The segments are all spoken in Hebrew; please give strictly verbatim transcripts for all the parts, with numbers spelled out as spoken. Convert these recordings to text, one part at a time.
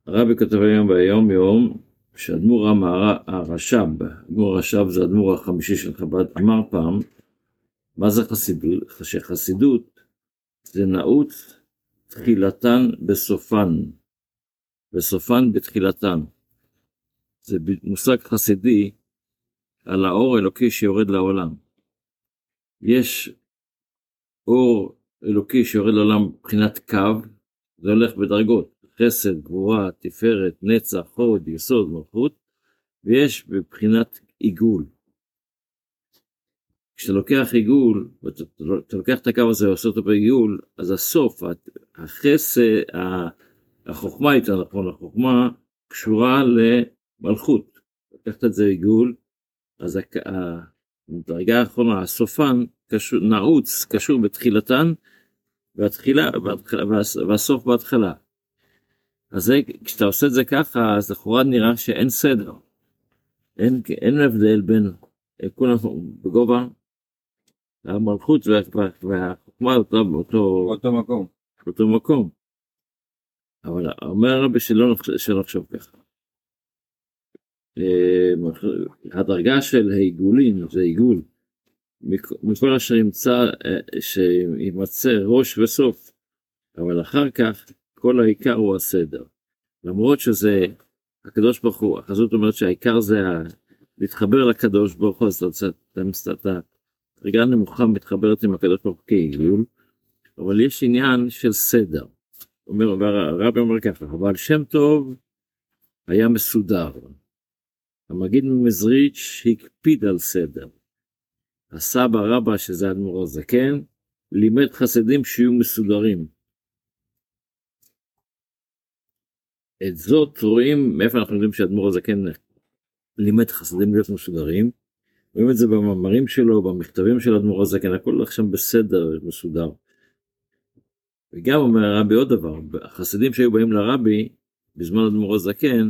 הרבי כותב היום ביום יום שאדמו"ר הרש"ב, אדמו"ר הרש"ב זה אדמו"ר החמישי של חב"ד, אמר פעם, מה זה חסידות? שחסידות זה נעוץ תחילתן בסופן, בסופן בתחילתן. זה מושג חסידי על האור אלוקי שיורד לעולם. יש אור אלוקי שיורד לעולם מבחינת קו, זה הולך בדרגות, חסד, גבורה, תפארת, נצח, חוד, יסוד, מלכות, ויש בבחינת עיגול. כשאתה לוקח עיגול, ואתה לוקח את הקו הזה ועושה אותו בעיגול, אז הסוף, החסד, החוכמה יותר נכון, החוכמה קשורה למלכות. לקחת את זה עיגול, אז הדרגה האחרונה, הסופן, קשור, נעוץ, קשור בתחילתן, והתחילה, והסוף בהתחלה. אז זה, כשאתה עושה את זה ככה, אז לכאורה נראה שאין סדר. אין, אין הבדל בין כולם בגובה, המלכות והחוכמה באותו, באותו מקום. באותו מקום. אבל אומר הרבי שלא נחשוב ככה. הדרגה של העיגולין, זה עיגול, מכל אשר ימצא, שימצא ראש וסוף, אבל אחר כך כל העיקר הוא הסדר. למרות שזה הקדוש ברוך הוא, החזות אומרת שהעיקר זה להתחבר לקדוש ברוך הוא, אז אתה רגע נמוכה מתחברת עם הקדוש ברוך הוא כעיגול, אבל יש עניין של סדר. אומר, הרבי אומר ככה, אבל שם טוב היה מסודר. המגיד ממזריץ' הקפיד על סדר. הסבא רבא, שזה אדמו"ר הזקן, לימד חסידים שיהיו מסודרים. את זאת רואים, מאיפה אנחנו יודעים שאדמו"ר הזקן לימד חסידים להיות מסודרים, רואים את זה במאמרים שלו, במכתבים של אדמו"ר הזקן, הכל עכשיו בסדר, מסודר. וגם אומר הרבי עוד דבר, החסידים שהיו באים לרבי, בזמן אדמו"ר הזקן,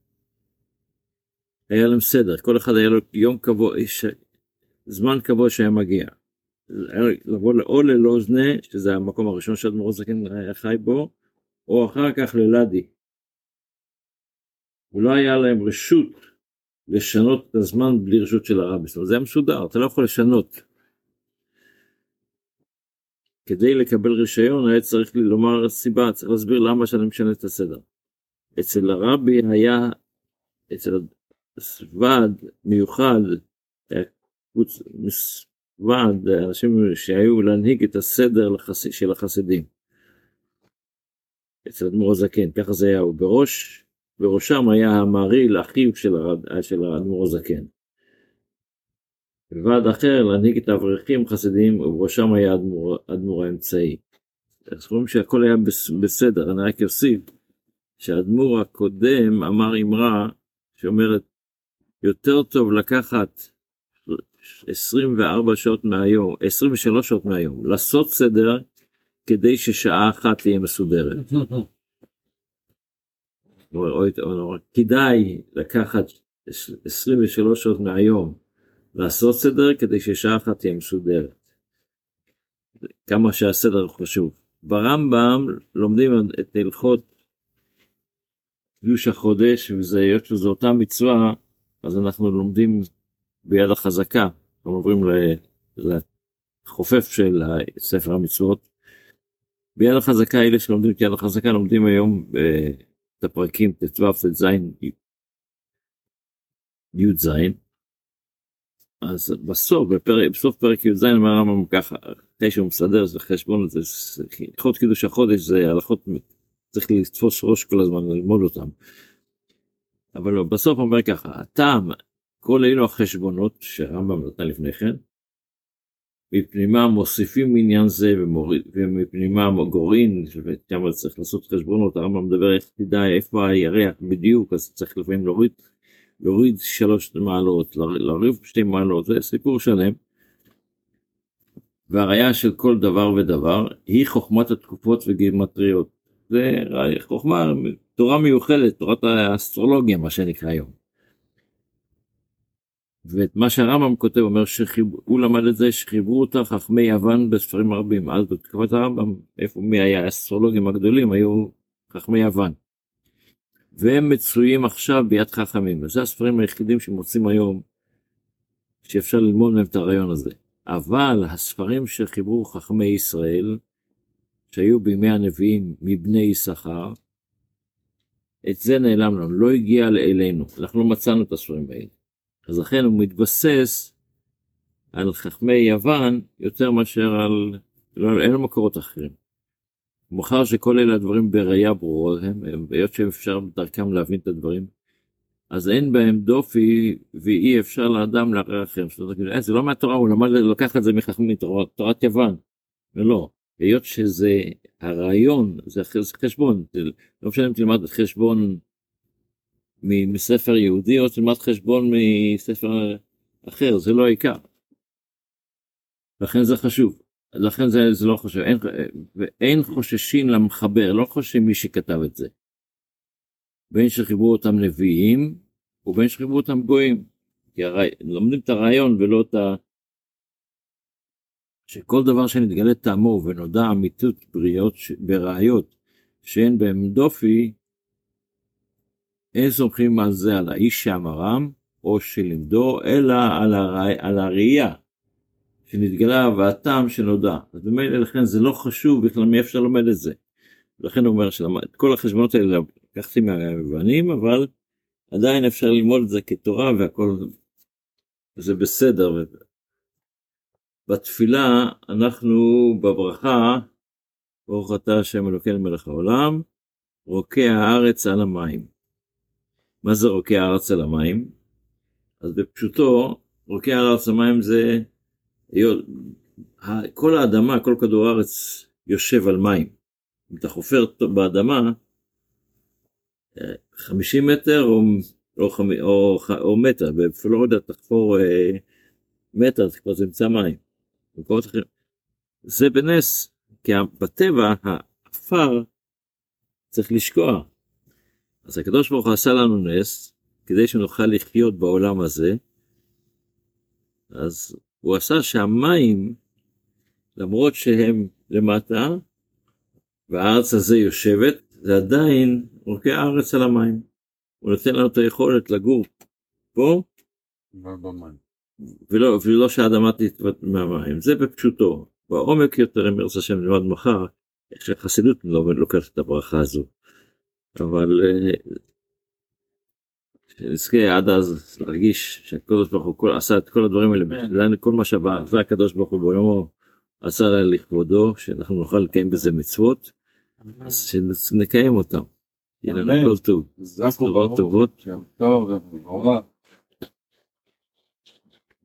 היה להם סדר, כל אחד היה לו יום קבוע, זמן קבוע שהיה מגיע. לבוא או ללוזנה, שזה המקום הראשון שאדמו"ר הזקן היה חי בו, או אחר כך ללדי. ולא היה להם רשות לשנות את הזמן בלי רשות של הרבי. זאת אומרת, זה היה מסודר, אתה לא יכול לשנות. כדי לקבל רישיון, היה צריך לי לומר סיבה, צריך להסביר למה שאני משנה את הסדר. אצל הרבי היה, אצל ועד מיוחד, ועד אנשים שהיו להנהיג את הסדר לחס... של החסידים. אצל אדמו"ר הזקן, ככה זה היה, ובראש, בראשם היה המעריל, אחיו של, הרד... של אדמו"ר הזקן. ועד אחר להנהיג את האברכים חסידים, ובראשם היה אדמו"ר, אדמו"ר האמצעי. אז חושבים שהכל היה בסדר, אני רק אוסיף, שהאדמו"ר הקודם אמר אמרה, שאומרת, יותר טוב לקחת עשרים וארבע שעות מהיום, עשרים ושלוש שעות מהיום, לעשות סדר, כדי ששעה אחת תהיה מסודרת. כדאי לקחת עשרים ושלוש שעות מהיום, לעשות סדר, כדי ששעה אחת תהיה מסודרת. כמה שהסדר חשוב. ברמב"ם לומדים את הלכות קידוש החודש, וזה היות שזו אותה מצווה, אז אנחנו לומדים ביד החזקה, אנחנו עוברים לחופף של ספר המצוות. ביד החזקה, אלה שלומדים את יד החזקה, לומדים היום את הפרקים ט"ו, ט"ז, י"ז. אז בסוף, בפרק, בסוף פרק י"ז, אומר הרמב"ם ככה, אחרי שהוא מסדר, זה חשבון, זה הלכות קידוש החודש, זה הלכות, צריך לתפוס ראש כל הזמן, ללמוד אותם. אבל בסוף אומר ככה, הטעם, כל אלו החשבונות שהרמב"ם נתן לפני כן, מפנימה מוסיפים עניין זה ומוריד, ומפנימה גורעין, ושם צריך לעשות חשבונות, הרמב"ם מדבר איך תדע איפה הירח בדיוק, אז צריך לפעמים להוריד, להוריד שלוש מעלות, להוריד שתי מעלות, זה סיפור שלם. והראיה של כל דבר ודבר היא חוכמת התקופות וגימטריות. זה חוכמה, תורה מיוחדת, תורת האסטרולוגיה, מה שנקרא היום. ואת מה שהרמב"ם כותב, אומר שהוא למד את זה, שחיברו אותה חכמי יוון בספרים רבים. אז בתקופת הרמב"ם, איפה מי היה האסטרולוגים הגדולים, היו חכמי יוון. והם מצויים עכשיו ביד חכמים. וזה הספרים היחידים שמוצאים היום, שאפשר ללמוד מהם את הרעיון הזה. אבל הספרים שחיברו חכמי ישראל, שהיו בימי הנביאים מבני יששכר, את זה נעלם לנו, לא הגיע אלינו, אנחנו לא מצאנו את הספרים האלה. אז לכן הוא מתבסס על חכמי יוון יותר מאשר על, לא, אין לו מקורות אחרים. מאחר שכל אלה הדברים בראייה ברורה, הם, היות שאפשר בדרכם להבין את הדברים, אז אין בהם דופי ואי אפשר לאדם לערער אחרים. זה לא מהתורה, הוא למד לקח את זה מחכמים מתורת תורת יוון, ולא. היות שזה הרעיון, זה חשבון, לא משנה אם תלמד חשבון מספר יהודי או תלמד חשבון מספר אחר, זה לא העיקר. לכן זה חשוב, לכן זה, זה לא חשוב, אין, ואין חוששים למחבר, לא חוששים מי שכתב את זה. בין שחיברו אותם נביאים ובין שחיברו אותם גויים, כי הרי, לומדים את הרעיון ולא את ה... שכל דבר שנתגלה טעמו ונודע אמיתות בריאות בראיות שאין בהם דופי, אין סומכים על זה על האיש שאמרם או שלימדו, אלא על, הראי, על הראייה שנתגלה והטעם שנודע. אז במילא לכן זה לא חשוב בכלל מי אפשר לומד את זה. לכן הוא אומר שאת כל החשבונות האלה לקחתי מהיוונים, אבל עדיין אפשר ללמוד את זה כתורה והכל זה בסדר. בתפילה אנחנו בברכה, ברוך אתה השם אלוקינו מלך העולם, רוקע הארץ על המים. מה זה רוקע הארץ על המים? אז בפשוטו, רוקע הארץ על המים זה, כל האדמה, כל כדור הארץ יושב על מים. אם אתה חופר באדמה, חמישים מטר או, או, או, או מטר, בפלורידה תחפור מטר, זה כבר נמצא מים. זה בנס, כי בטבע האפר צריך לשקוע. אז הקדוש ברוך הוא עשה לנו נס, כדי שנוכל לחיות בעולם הזה, אז הוא עשה שהמים, למרות שהם למטה, והארץ הזה יושבת, זה עדיין רוקע הארץ על המים. הוא נותן לנו את היכולת לגור פה, ולא, ולא שהאדמה תתבט מהמים. זה בפשוטו. בעומק יותר, אם ירצה שם נלמד מחר, איך שהחסידות לא לוקחת את הברכה הזו. אבל שנזכה עד אז להרגיש שהקדוש ברוך הוא עשה את כל הדברים האלה, כל מה שבא, והקדוש ברוך הוא ביומו עשה לכבודו, שאנחנו נוכל לקיים בזה מצוות, אז שנקיים אותם. יהיה לנו כל טוב. טובות טובות. טוב, טוב,